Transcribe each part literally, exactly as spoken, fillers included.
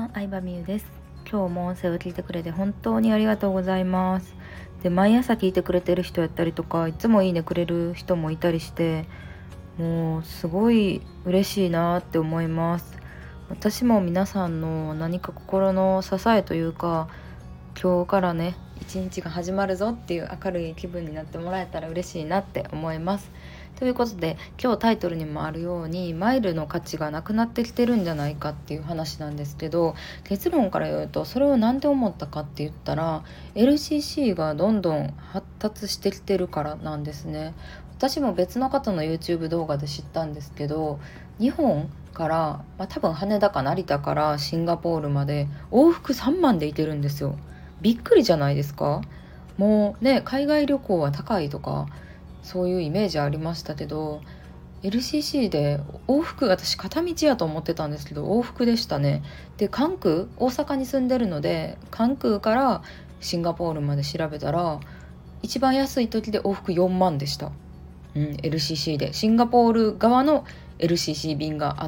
ん、相葉美優です。今日も音声を聞いてくれて本当にありがとうございます。で、毎朝聞いてくれてる人やったりとか、いつもいいねくれる人もいたりして、もうすごい嬉しいなって思います。私も皆さんの何か心の支えというか、今日からね一日が始まるぞっていう明るい気分になってもらえたら嬉しいなって思います。ということで、今日タイトルにもあるようにマイルの価値がなくなってきてるんじゃないかっていう話なんですけど、結論から言うとそれを何で思ったかって言ったら エルシーシー がどんどん発達してきてるからなんですね。私も別の方の YouTube 動画で知ったんですけど、日本から、まあ、多分羽田か成田からシンガポールまで往復さんまんで行けるんですよ。びっくりじゃないですか。もうね、海外旅行は高いとかそういうイメージありましたけど、 エルシーシー で往復、私片道やと思ってたんですけど往復でしたね。で、関空、大阪に住んでるので関空からシンガポールまで調べたら一番安い時で往復よんまんでした。うん、エルシーシー でシンガポール側の エルシーシー 便があって、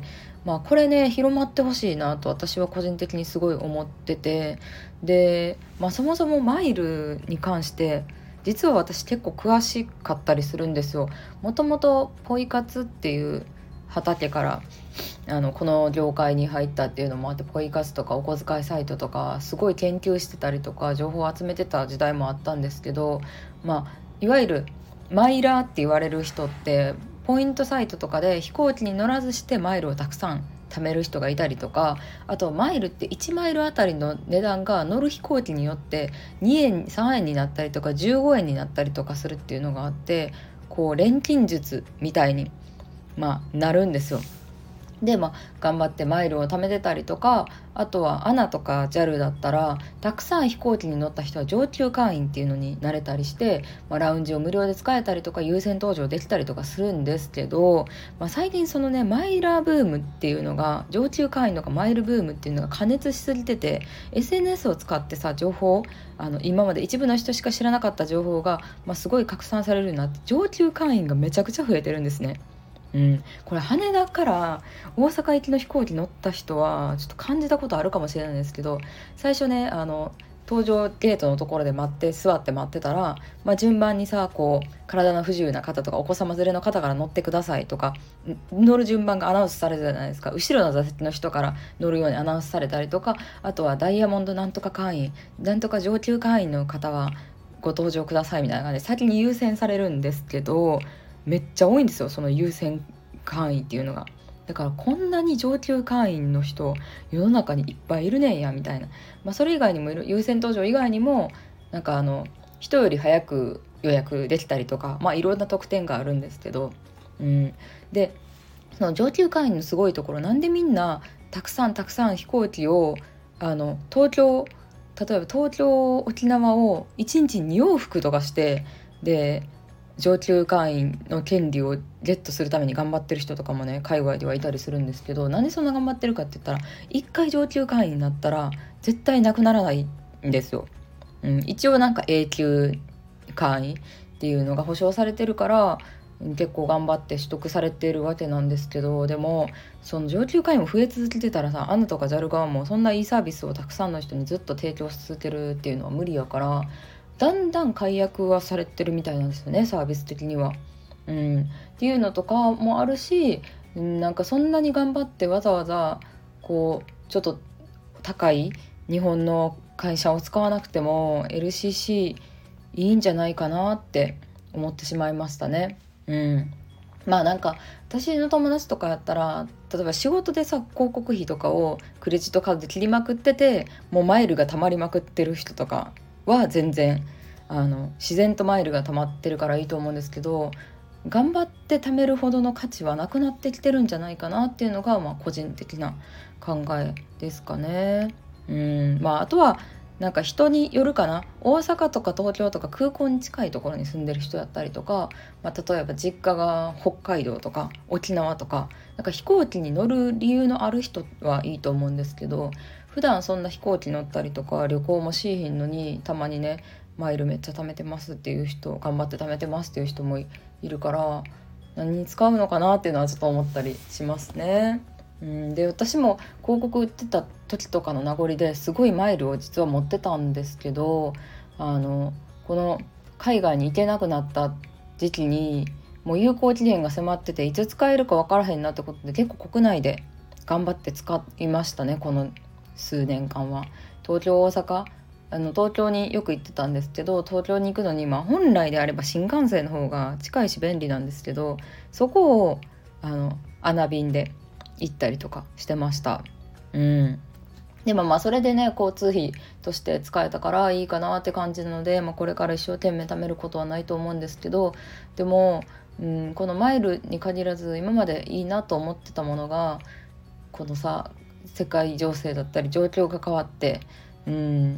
まあこれね広まってほしいなと私は個人的にすごい思ってて、で、まあ、そもそもマイルに関して実は私結構詳しかったりするんですよ。もともとポイ活っていう畑からあのこの業界に入ったっていうのもあって、ポイ活とかお小遣いサイトとかすごい研究してたりとか情報を集めてた時代もあったんですけど、まあいわゆるマイラーって言われる人ってポイントサイトとかで飛行機に乗らずしてマイルをたくさん貯める人がいたりとか、あとマイルっていちマイルあたりの値段が乗る飛行機によってにえんさんえんになったりとかじゅうごえんになったりとかするっていうのがあって、こう錬金術みたいに、まあ、なるんですよ。で、まあ、頑張ってマイルを貯めてたりとか、あとは エーエヌエー とか ジャル だったらたくさん飛行機に乗った人は上級会員っていうのになれたりして、まあ、ラウンジを無料で使えたりとか優先搭乗できたりとかするんですけど、まあ、最近そのねマイラーブームっていうのが、上級会員とかマイルブームっていうのが過熱しすぎてて、 エスエヌエス を使ってさ情報、あの今まで一部の人しか知らなかった情報が、まあ、すごい拡散されるようになって、上級会員がめちゃくちゃ増えてるんですね。うん、これ羽田から大阪行きの飛行機乗った人はちょっと感じたことあるかもしれないんですけど、最初ねあの搭乗ゲートのところで待って座って待ってたら、まあ、順番にさこう体の不自由な方とかお子様連れの方から乗ってくださいとか乗る順番がアナウンスされてたじゃないですか。後ろの座席の人から乗るようにアナウンスされたりとか、あとはダイヤモンドなんとか会員なんとか上級会員の方はご搭乗くださいみたいな感じで先に優先されるんですけど、めっちゃ多いんですよその優先会員っていうのが。だからこんなに上級会員の人世の中にいっぱいいるねんやみたいな、まあ、それ以外にもいる、優先搭乗以外にもなんかあの人より早く予約できたりとか、まあいろんな特典があるんですけど、うん、でその上級会員のすごいところ、なんでみんなたくさんたくさん飛行機をあの東京、例えば東京沖縄をいちにちに往復とかして、で上級会員の権利をゲットするために頑張ってる人とかもね海外ではいたりするんですけど、なんでそんな頑張ってるかって言ったら、一回上級会員になったら絶対なくならないんですよ。うん、一応なんか永久会員っていうのが保証されてるから結構頑張って取得されているわけなんですけど、でもその上級会員も増え続けてたらさ、アナとか ジャル 側もそんないいサービスをたくさんの人にずっと提供し続けるっていうのは無理やから、だんだん解約はされてるみたいなんですよね、サービス的には。うん、っていうのとかもあるし、なんかそんなに頑張ってわざわざこうちょっと高い日本の会社を使わなくても エルシーシー いいんじゃないかなって思ってしまいましたね。うん、まあなんか私の友達とかやったら、例えば仕事でさ広告費とかをクレジットカードで切りまくってて、もうマイルが溜まりまくってる人とかは全然あの自然とマイルが溜まってるからいいと思うんですけど、頑張って貯めるほどの価値はなくなってきてるんじゃないかなっていうのが、まあ、個人的な考えですかね。うん、まああとはなんか人によるかな。大阪とか東京とか空港に近いところに住んでる人だったりとか、まあ、例えば実家が北海道とか沖縄とか、なんか飛行機に乗る理由のある人はいいと思うんですけど、普段そんな飛行機乗ったりとか旅行もしいひんのにたまにねマイルめっちゃ貯めてますっていう人、頑張って貯めてますっていう人もいるから、何に使うのかなっていうのはちょっと思ったりしますね。 うん、で私も広告売ってた時とかの名残ですごいマイルを実は持ってたんですけど、あのこの海外に行けなくなった時期にもう有効期限が迫ってていつ使えるか分からへんなってことで結構国内で頑張って使いましたね。この数年間は東京大阪、あの東京によく行ってたんですけど、東京に行くのに、まあ、本来であれば新幹線の方が近いし便利なんですけど、そこをあの穴便で行ったりとかしてました。うん。でもまあそれでね交通費として使えたからいいかなって感じなので、まあ、これから一生懸命貯めることはないと思うんですけど、でも、うん、このマイルに限らず今までいいなと思ってたものがこのさ世界情勢だったり状況が変わって、うん、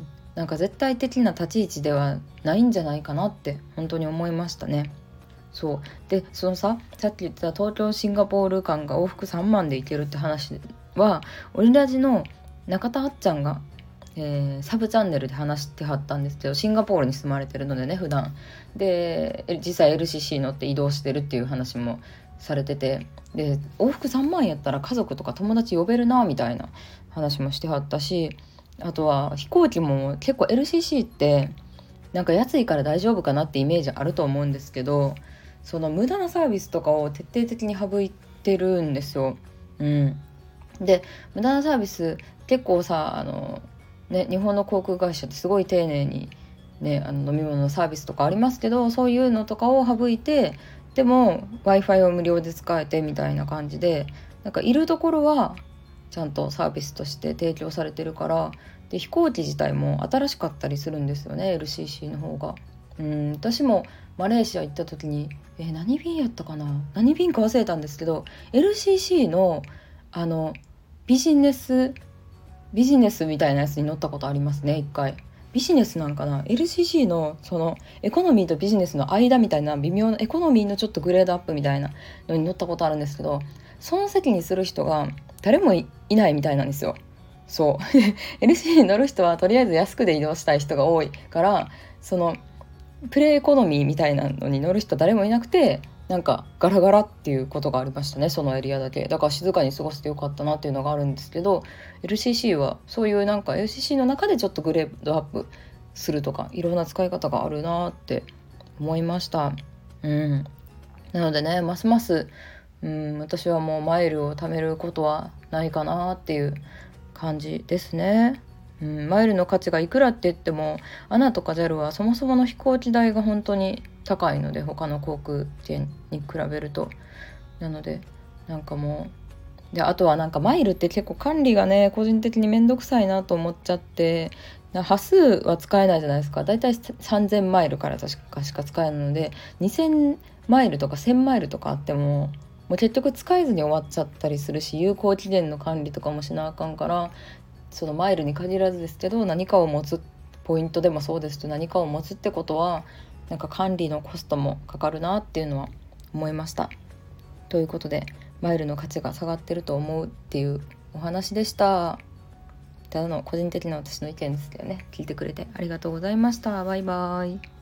なんか絶対的な立ち位置ではないんじゃないかなって本当に思いましたね。そうでそのささっき言ってた東京シンガポール間が往復さんまんで行けるって話はオリラジの中田あっちゃんが、えーサブチャンネルで話してはったんですけど、シンガポールに住まれてるのでね普段でえ実際 エルシーシー 乗って移動してるっていう話もされてて、で往復さんまんやったら家族とか友達呼べるなみたいな話もしてはったし、あとは飛行機も結構 エルシーシー ってなんか安いから大丈夫かなってイメージあると思うんですけど、その無駄なサービスとかを徹底的に省いてるんですよ。うん。で無駄なサービス結構さあの、ね、日本の航空会社ってすごい丁寧に、ね、あの飲み物のサービスとかありますけど、そういうのとかを省いて、でも Wi-Fi を無料で使えてみたいな感じで、なんかいるところはちゃんとサービスとして提供されてるから、で飛行機自体も新しかったりするんですよね エルシーシー の方が。うん、私もマレーシア行った時にえー何便やったかな、何便か忘れたんですけど エルシーシー のあのビジネスビジネスみたいなやつに乗ったことありますね。一回ビジネスなんかな エルシーシー のそのエコノミーとビジネスの間みたいな微妙なエコノミーのちょっとグレードアップみたいなのに乗ったことあるんですけど、その席にする人が誰も い, いないみたいなんですよ。そうエルシー に乗る人はとりあえず安くで移動したい人が多いから、そのプレエコノミーみたいなのに乗る人誰もいなくて、なんかガラガラっていうことがありましたね、そのエリアだけ。だから静かに過ごしてよかったなっていうのがあるんですけど、 エルシーシー はそういうなんか エルシーシー の中でちょっとグレードアップするとかいろんな使い方があるなって思いました。うん。なのでねますます、うん、私はもうマイルを貯めることはないかなっていう感じですね。うん、マイルの価値がいくらって言っても エーエヌエー とか ジャル はそもそもの飛行機代が本当に高いので、他の航空券に比べると。なのでなんかもうで、あとはなんかマイルって結構管理がね個人的にめんどくさいなと思っちゃって、な端数は使えないじゃないですか。だいたいさんぜんマイルから確かしか使えないので、にせんマイルとかせんマイルとかあってももう結局使えずに終わっちゃったりするし、有効期限の管理とかもしなあかんから、そのマイルに限らずですけど何かを持つ、ポイントでもそうですと何かを持つってことはなんか管理のコストもかかるなっていうのは思いました。ということでマイルの価値が下がってると思うっていうお話でした。ただの個人的な私の意見ですけどね、聞いてくれてありがとうございました。バイバイ。